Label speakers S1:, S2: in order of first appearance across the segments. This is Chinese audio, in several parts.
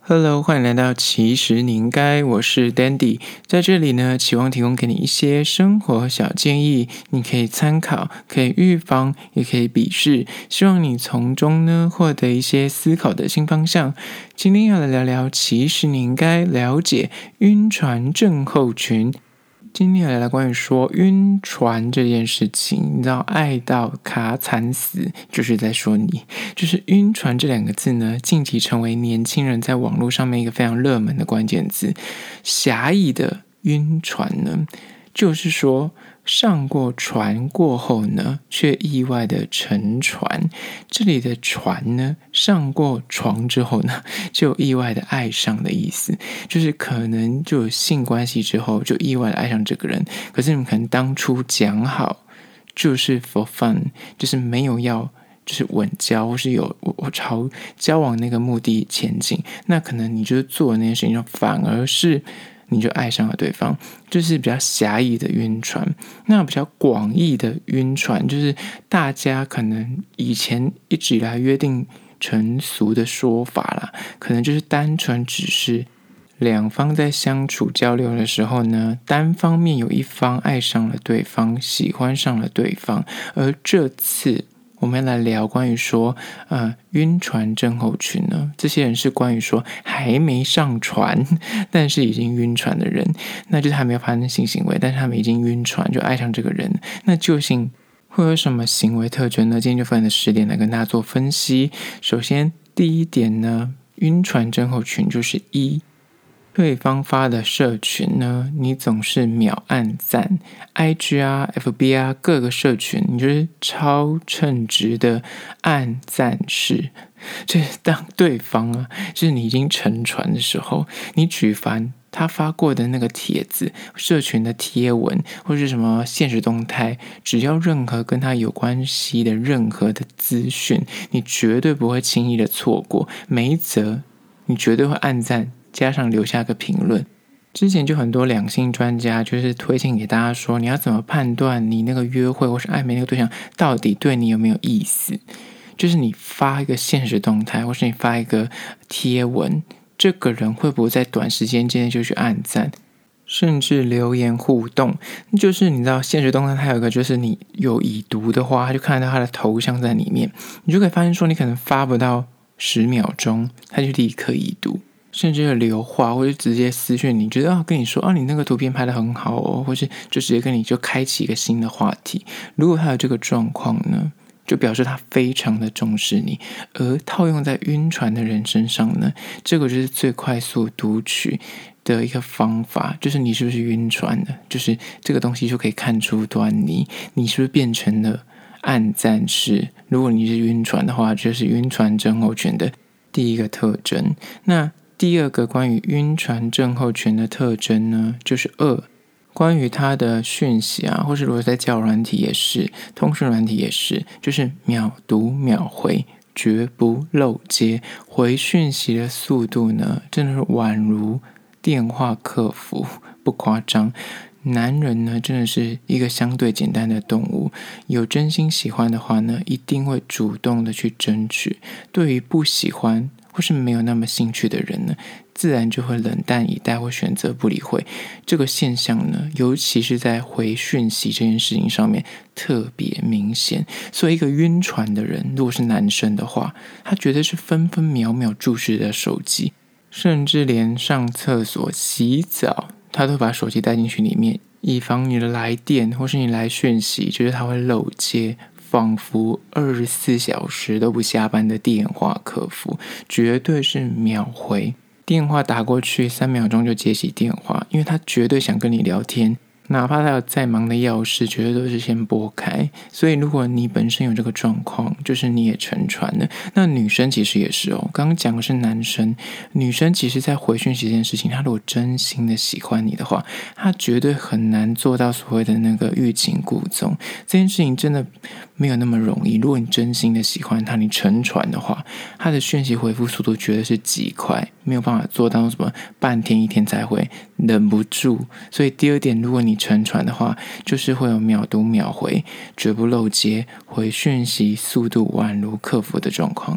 S1: Hello，欢迎来到其实你应该，我是 Dandy， 在这里呢，期望提供给你一些生活小建议，你可以参考，可以预防，也可以鄙视，希望你从中呢获得一些思考的新方向。今天要来聊聊，其实你应该了解晕船症候群。今天来关于说晕船这件事情，你知道爱到卡惨死，就是在说你，就是晕船这两个字呢，近期成为年轻人在网络上面一个非常热门的关键字。狭义的晕船呢，就是说上过船过后呢，却意外的沉船。这里的船呢，上过床之后呢，就意外的爱上的意思，就是可能就有性关系之后，就意外的爱上这个人。可是你们可能当初讲好，就是 for fun， 就是没有要。就是稳交，或是我朝交往那个目的前进，那可能你就是做的那件事情，反而是你就爱上了对方，就是比较狭义的晕船。那比较广义的晕船，就是大家可能以前一直以来约定成俗的说法啦，可能就是单纯只是两方在相处交流的时候呢，单方面有一方爱上了对方，喜欢上了对方，而这次我们来聊关于说晕船症候群呢，这些人是关于说还没上船但是已经晕船的人，那就是还没有发生性行为，但是他们已经晕船，就爱上这个人。那究竟会有什么行为特征呢？今天就分了10点来跟大家做分析。首先第一点呢，晕船症候群就是对方发的社群呢，你总是秒按赞 ，IG 啊、FB 啊各个社群，你就是超称职的按赞式。就是当对方啊，就是你已经沉船的时候，你举凡他发过的那个帖子、社群的贴文，或是什么现实动态，只要任何跟他有关系的任何的资讯，你绝对不会轻易的错过，每一则你绝对会按赞。加上留下个评论。之前就很多两性专家就是推荐给大家说，你要怎么判断你那个约会或是暧昧那个对象到底对你有没有意思，就是你发一个现实动态或是你发一个贴文，这个人会不会在短时间之内就去按赞甚至留言互动。就是你知道现实动态它有一个，就是你有已读的话，他就看得到他的头像在里面，你就可以发现说你可能发不到10秒钟他就立刻已读，甚至有留话，或者直接私讯你，觉得跟你说你那个图片拍得很好哦，或是就直接跟你就开启一个新的话题。如果他有这个状况呢，就表示他非常的重视你。而套用在晕船的人身上呢，这个就是最快速读取的一个方法，就是你是不是晕船的，就是这个东西就可以看出端倪，你是不是变成了按赞式。如果你是晕船的话，就是晕船症候群的第一个特征。那第二个关于晕船症候群的特征呢，就是关于他的讯息啊，或是如果在交友软体也是，通讯软体也是，就是秒读秒回，绝不漏接，回讯息的速度呢，真的是宛如电话客服，不夸张。男人呢，真的是一个相对简单的动物，有真心喜欢的话呢，一定会主动的去争取。对于不喜欢或是没有那么兴趣的人呢，自然就会冷淡以待或选择不理会。这个现象呢，尤其是在回讯息这件事情上面特别明显。所以一个晕船的人，如果是男生的话，他绝对是分分秒秒注视着手机，甚至连上厕所、洗澡他都把手机带进去里面，以防你的来电或是你来讯息，就是他会漏接，仿佛24小时都不下班的电话客服，绝对是秒回。电话打过去3秒钟就接起电话，因为他绝对想跟你聊天，哪怕他有再忙的要事，绝对都是先拨开。所以如果你本身有这个状况，就是你也沉船了。那女生其实也是哦，刚刚讲的是男生，女生其实在回讯息这件事情，她如果真心的喜欢你的话，她绝对很难做到所谓的那个欲擒故纵。这件事情真的没有那么容易。如果你真心的喜欢他，你沉船的话，他的讯息回复速度绝对是极快，没有办法做到什么半天1天才回，忍不住。所以第二点，如果你沉船的话，就是会有秒读秒回，绝不漏接，回讯息速度宛如客服的状况。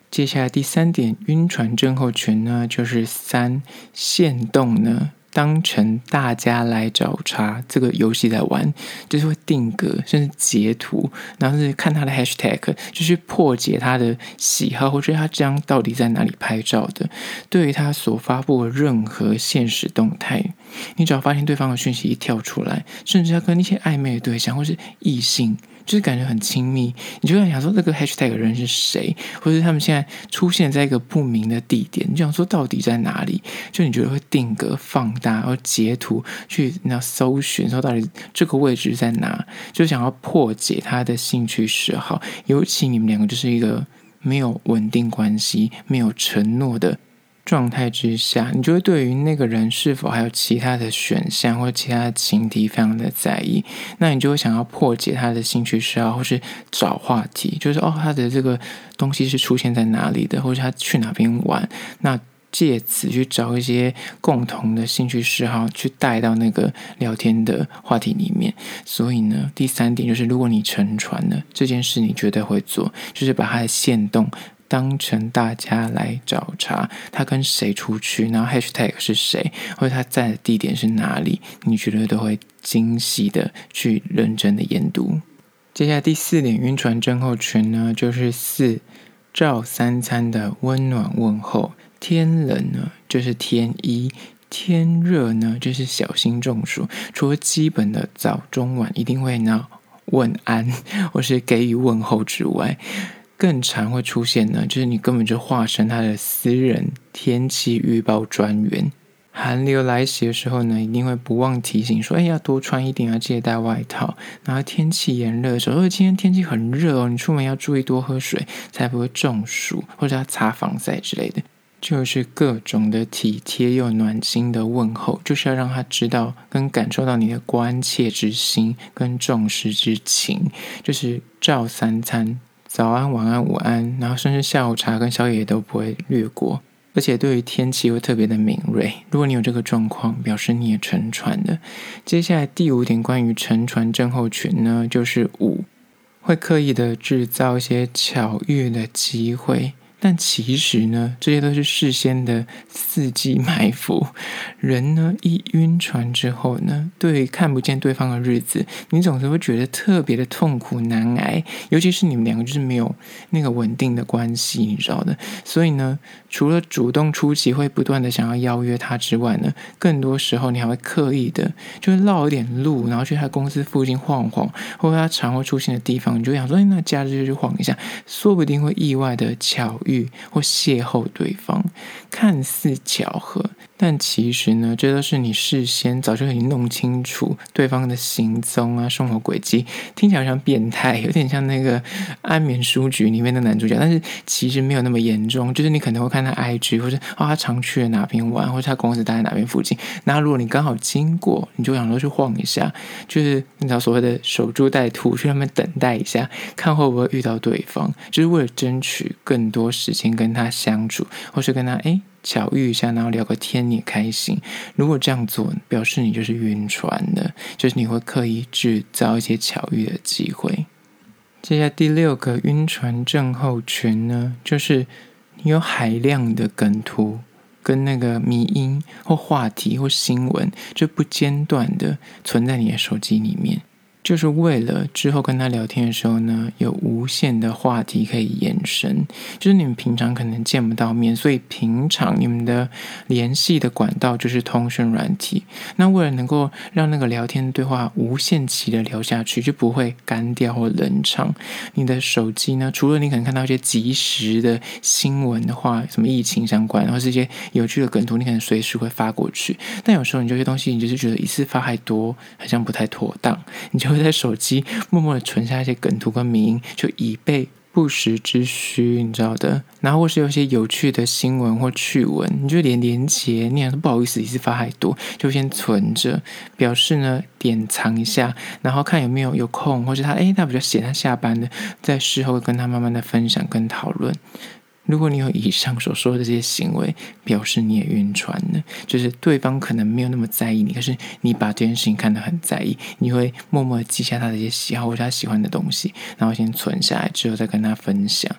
S1: 接下来第3点晕船症候群呢，就是3限动呢当成大家来找茬，这个游戏在玩，就是会定格甚至截图，然后是看他的 hashtag， 就是破解他的喜好，或者他这样到底在哪里拍照的。对于他所发布的任何现实动态，你只要发现对方的讯息一跳出来，甚至他跟一些暧昧的对象或是异性，就是感觉很亲密，你就会想说这个 hashtag 的人是谁，或者他们现在出现在一个不明的地点，你就想说到底在哪里，就你觉得会定格放大，然后截图去搜寻说到底这个位置在哪，就想要破解他的兴趣嗜好。尤其你们两个就是一个没有稳定关系、没有承诺的状态之下，你就会对于那个人是否还有其他的选项或者其他的情敌非常的在意，那你就会想要破解他的兴趣嗜好，或是找话题，就是他的这个东西是出现在哪里的，或者他去哪边玩，那借此去找一些共同的兴趣嗜好去带到那个聊天的话题里面。所以呢，第3点就是如果你沉船了，这件事你绝对会做，就是把他的限动当成大家来找茬，他跟谁出去，然后 hashtag 是谁，或者他在的地点是哪里，你绝对都会精细的去认真的研读。接下来第4点晕船症候群呢，就是4照3餐的温暖问候。天冷呢就是天一，天热呢就是小心中暑。除了基本的早中晚一定会问安或是给予问候之外，更常会出现呢，就是你根本就化身他的私人天气预报专员。寒流来袭的时候呢，一定会不忘提醒说，要多穿一点，要记得带外套。然后天气炎热的时候，今天天气很热哦，你出门要注意多喝水，才不会中暑，或者要擦防晒之类的。就是各种的体贴又暖心的问候，就是要让他知道跟感受到你的关切之心跟重视之情。就是照3餐，早安、晚安、午安，然后甚至下午茶跟宵夜都不会略过。而且对于天气会特别的敏锐，如果你有这个状况，表示你也沉船了。接下来第5点关于沉船症候群呢，就是5会刻意的制造一些巧遇的机会，但其实呢，这些都是事先的伺机埋伏。人呢，一晕船之后呢，对于看不见对方的日子，你总是会觉得特别的痛苦难挨，尤其是你们两个就是没有那个稳定的关系，你知道的。所以呢，除了主动出击会不断的想要邀约他之外呢，更多时候你还会刻意的就是绕一点路，然后去他公司附近晃晃，或者他常会出现的地方，你就想说，那假日就去晃一下，说不定会意外的巧遇或邂逅对方。看似巧合，但其实呢，这都是你事先早就已经弄清楚对方的行踪啊、生活轨迹。听起来像变态，有点像那个安眠书局里面的男主角，但是其实没有那么严重。就是你可能会看他 IG， 或者他常去了哪边玩，或者他公司待在哪边附近。那如果你刚好经过，你就想说去晃一下，就是你知道所谓的守株待兔，去那边等待一下，看会不会遇到对方，就是为了争取更多时间跟他相处，或是跟他巧遇一下，然后聊个天你也开心。如果这样做，表示你就是晕船了，就是你会刻意制造一些巧遇的机会。接下来第6个晕船症候群呢，就是你有海量的梗图跟那个迷因或话题或新闻，就不间断的存在你的手机里面，就是为了之后跟他聊天的时候呢，有无限的话题可以延伸。就是你们平常可能见不到面，所以平常你们的联系的管道就是通讯软体。那为了能够让那个聊天对话无限期的聊下去，就不会干掉或冷场，你的手机呢，除了你可能看到一些即时的新闻的话，什么疫情相关，然后是一些有趣的梗图，你可能随时会发过去。但有时候你这些东西，你就是觉得一次发太多，好像不太妥当，你就会在手机默默的存下一些梗图跟迷因，就以备不时之需，你知道的。然后或是有些有趣的新闻或趣闻，你就连结，你想说不好意思，一次发太多，就先存着，表示呢典藏一下，然后看有没有空，或是他比较闲，他下班了，在事后跟他慢慢的分享跟讨论。如果你有以上所说的这些行为，表示你也晕船了，就是对方可能没有那么在意你，可是你把这件事情看得很在意，你会默默地记下他的一些喜好或者他喜欢的东西，然后先存下来，之后再跟他分享。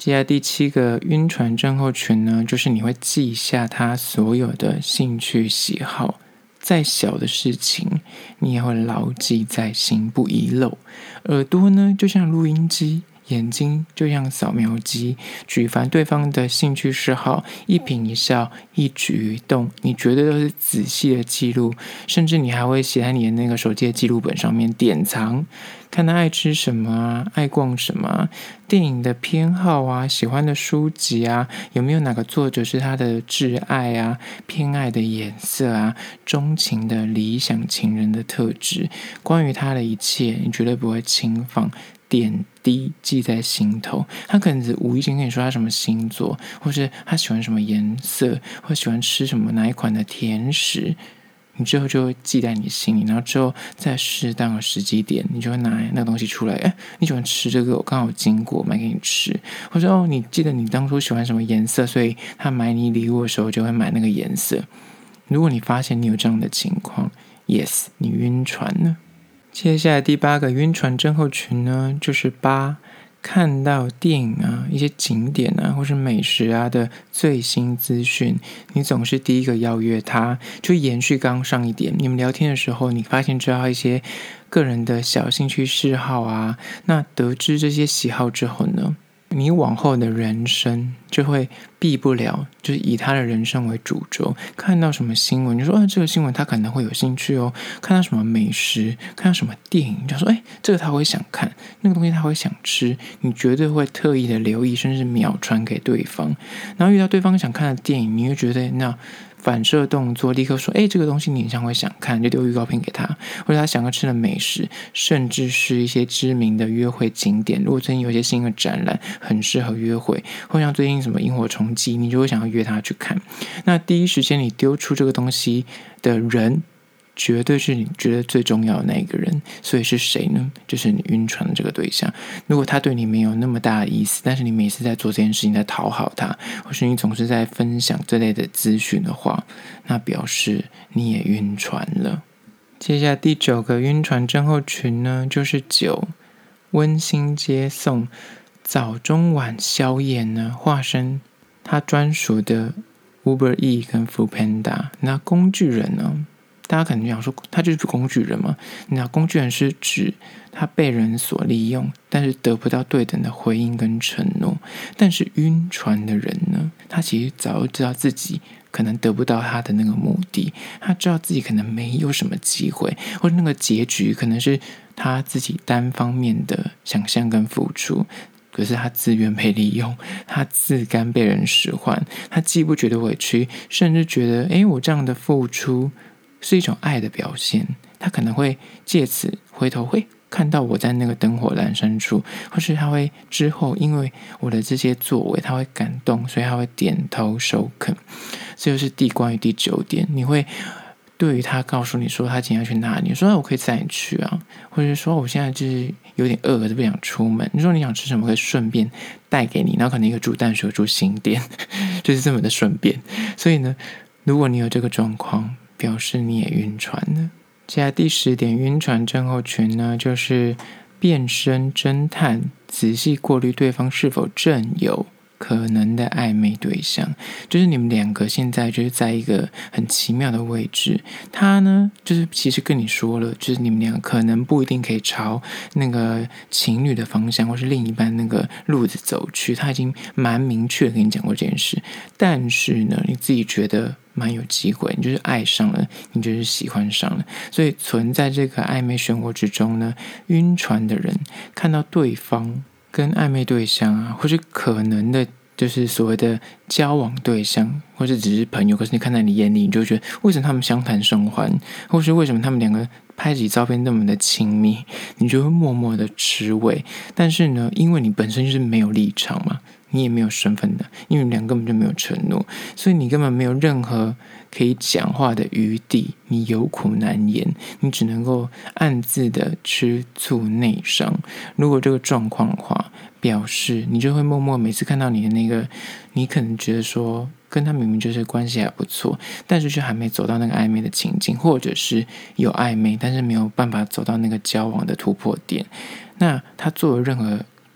S1: 接下来第7个晕船症候群呢，就是你会记下他所有的兴趣喜好，再小的事情你也会牢记在心，不遗漏。耳朵呢就像录音机，眼睛就像扫描机，举凡对方的兴趣嗜好，一颦一笑，一举一动，你绝对都是仔细的记录，甚至你还会写在你的那个手机的记录本上面典藏，看他爱吃什么啊，爱逛什么啊，电影的偏好啊，喜欢的书籍啊，有没有哪个作者是他的挚爱啊，偏爱的颜色啊，钟情的理想情人的特质，关于他的一切你绝对不会轻放，点滴记在心头。他可能只无意间跟你说他什么星座，或是他喜欢什么颜色，或喜欢吃什么哪一款的甜食，你之后就会记在你心里，然后之后在适当的时机点，你就会拿那个东西出来。你喜欢吃这个，我刚好经过买给你吃。或者你记得你当初喜欢什么颜色，所以他买你礼物的时候就会买那个颜色。如果你发现你有这样的情况 ，yes， 你晕船了。接下来第8个晕船症候群呢，就是8看到电影啊、一些景点啊或是美食啊的最新资讯，你总是第一个邀约他。就延续刚上一点，你们聊天的时候，你发现知道一些个人的小兴趣嗜好啊，那得知这些喜好之后呢，你往后的人生就会避不了，就是以他的人生为主轴。看到什么新闻，你就说这个新闻他可能会有兴趣哦。看到什么美食，看到什么电影，就说这个他会想看，那个东西他会想吃，你绝对会特意的留意，甚至秒传给对方。然后遇到对方想看的电影，你会觉得那反射动作立刻说这个东西你好像会想看，就丢预告片给他。或者他想要吃的美食，甚至是一些知名的约会景点，如果最近有一些新的展览很适合约会，或像最近什么萤火虫季，你就会想要约他去看。那第一时间你丢出这个东西的人，绝对是你觉得最重要的那一个人。所以是谁呢？就是你晕船的这个对象。如果他对你没有那么大的意思，但是你每次在做这件事情在讨好他，或是你总是在分享这类的资讯的话，那表示你也晕船了。接下来第9个晕船症候群呢，就是9温馨接送，早中晚宵夜呢，化身他专属的 Uber E 跟 Foodpanda。那工具人呢，大家可能想说他就是工具人嘛？那工具人是指他被人所利用，但是得不到对等的回应跟承诺。但是晕船的人呢，他其实早就知道自己可能得不到他的那个目的，他知道自己可能没有什么机会，或者那个结局可能是他自己单方面的想象跟付出，可是他自愿被利用，他自甘被人使唤，他既不觉得委屈，甚至觉得我这样的付出是一种爱的表现。他可能会借此回头会看到我在那个灯火阑珊处，或是他会之后因为我的这些作为他会感动，所以他会点头首肯。这就是关于第9点，你会对于他告诉你说他今天要去哪里，你说我可以载你去啊，或者说我现在就是有点饿了，就不想出门，你说你想吃什么可以顺便带给你，然后可能一个住淡水住新店，就是这么的顺便。所以呢，如果你有这个状况，表示你也晕船了。接下来第10点晕船症候群呢，就是变身侦探，仔细过滤对方是否正有可能的暧昧对象。就是你们两个现在就是在一个很奇妙的位置，他呢就是其实跟你说了，就是你们两个可能不一定可以朝那个情侣的方向或是另一半那个路子走去，他已经蛮明确的跟你讲过这件事。但是呢，你自己觉得蛮有机会，你就是爱上了，你就是喜欢上了，所以存在这个暧昧漩涡之中呢，晕船的人看到对方跟暧昧对象啊，或是可能的就是所谓的交往对象，或是只是朋友，可是你看在你眼里，你就觉得为什么他们相谈甚欢，或是为什么他们两个拍起照片那么的亲密，你就会默默的吃味。但是呢，因为你本身就是没有立场嘛，你也没有身份的，因为你们俩根本就没有承诺，所以你根本没有任何可以讲话的余地，你有苦难言，你只能够暗自的吃醋内伤。如果这个状况的话，表示你就会默默每次看到你的那个，你可能觉得说跟他明明就是关系还不错，但是却还没走到那个暧昧的情境，或者是有暧昧但是没有办法走到那个交往的突破点。那他做了任何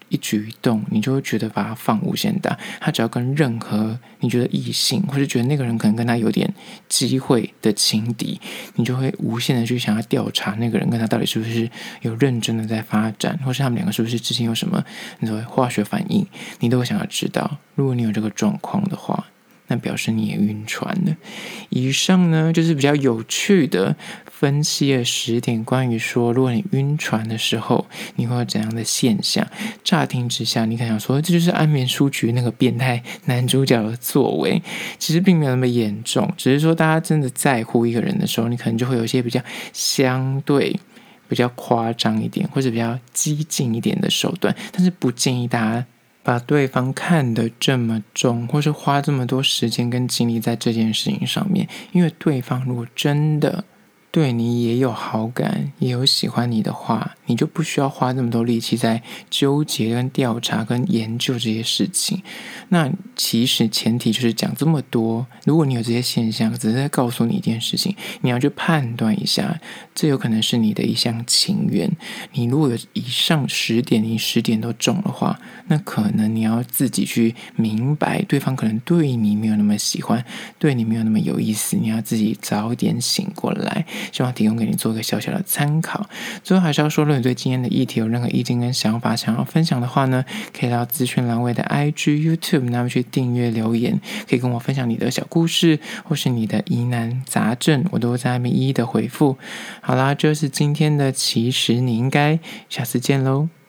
S1: 一举一动，你就会觉得把它放无限大。他只要跟任何你觉得异性，或者觉得那个人可能跟他有点机会的情敌，你就会无限的去想要调查那个人跟他到底是不是有认真的在发展，或是他们两个是不是之间有什么你说化学反应，你都会想要知道。如果你有这个状况的话，那表示你也晕船了。以上呢就是比较有趣的分析了10点关于说，如果你晕船的时候你会有怎样的现象。乍听之下你可能想说，这就是安眠书局那个变态男主角的作为，其实并没有那么严重，只是说大家真的在乎一个人的时候，你可能就会有一些比较相对比较夸张一点或者比较激进一点的手段，但是不建议大家把对方看得这么重，或是花这么多时间跟精力在这件事情上面。因为对方如果真的对你也有好感，也有喜欢你的话，你就不需要花这么多力气在纠结跟调查跟研究这些事情。那其实前提就是讲这么多，如果你有这些现象，只是在告诉你一件事情，你要去判断一下，这有可能是你的一厢情愿。你如果有以上10点，你10点都中的话，那可能你要自己去明白，对方可能对你没有那么喜欢，对你没有那么有意思，你要自己早点醒过来。希望提供给你做一个小小的参考。最后还是要说，如果你对今天的议题有任何意见跟想法想要分享的话呢，可以到资讯栏位的 IG、YouTube 那边去订阅留言，可以跟我分享你的小故事或是你的疑难杂症，我都会在那边一一的回复。好啦，这是今天的其实你应该，下次见咯。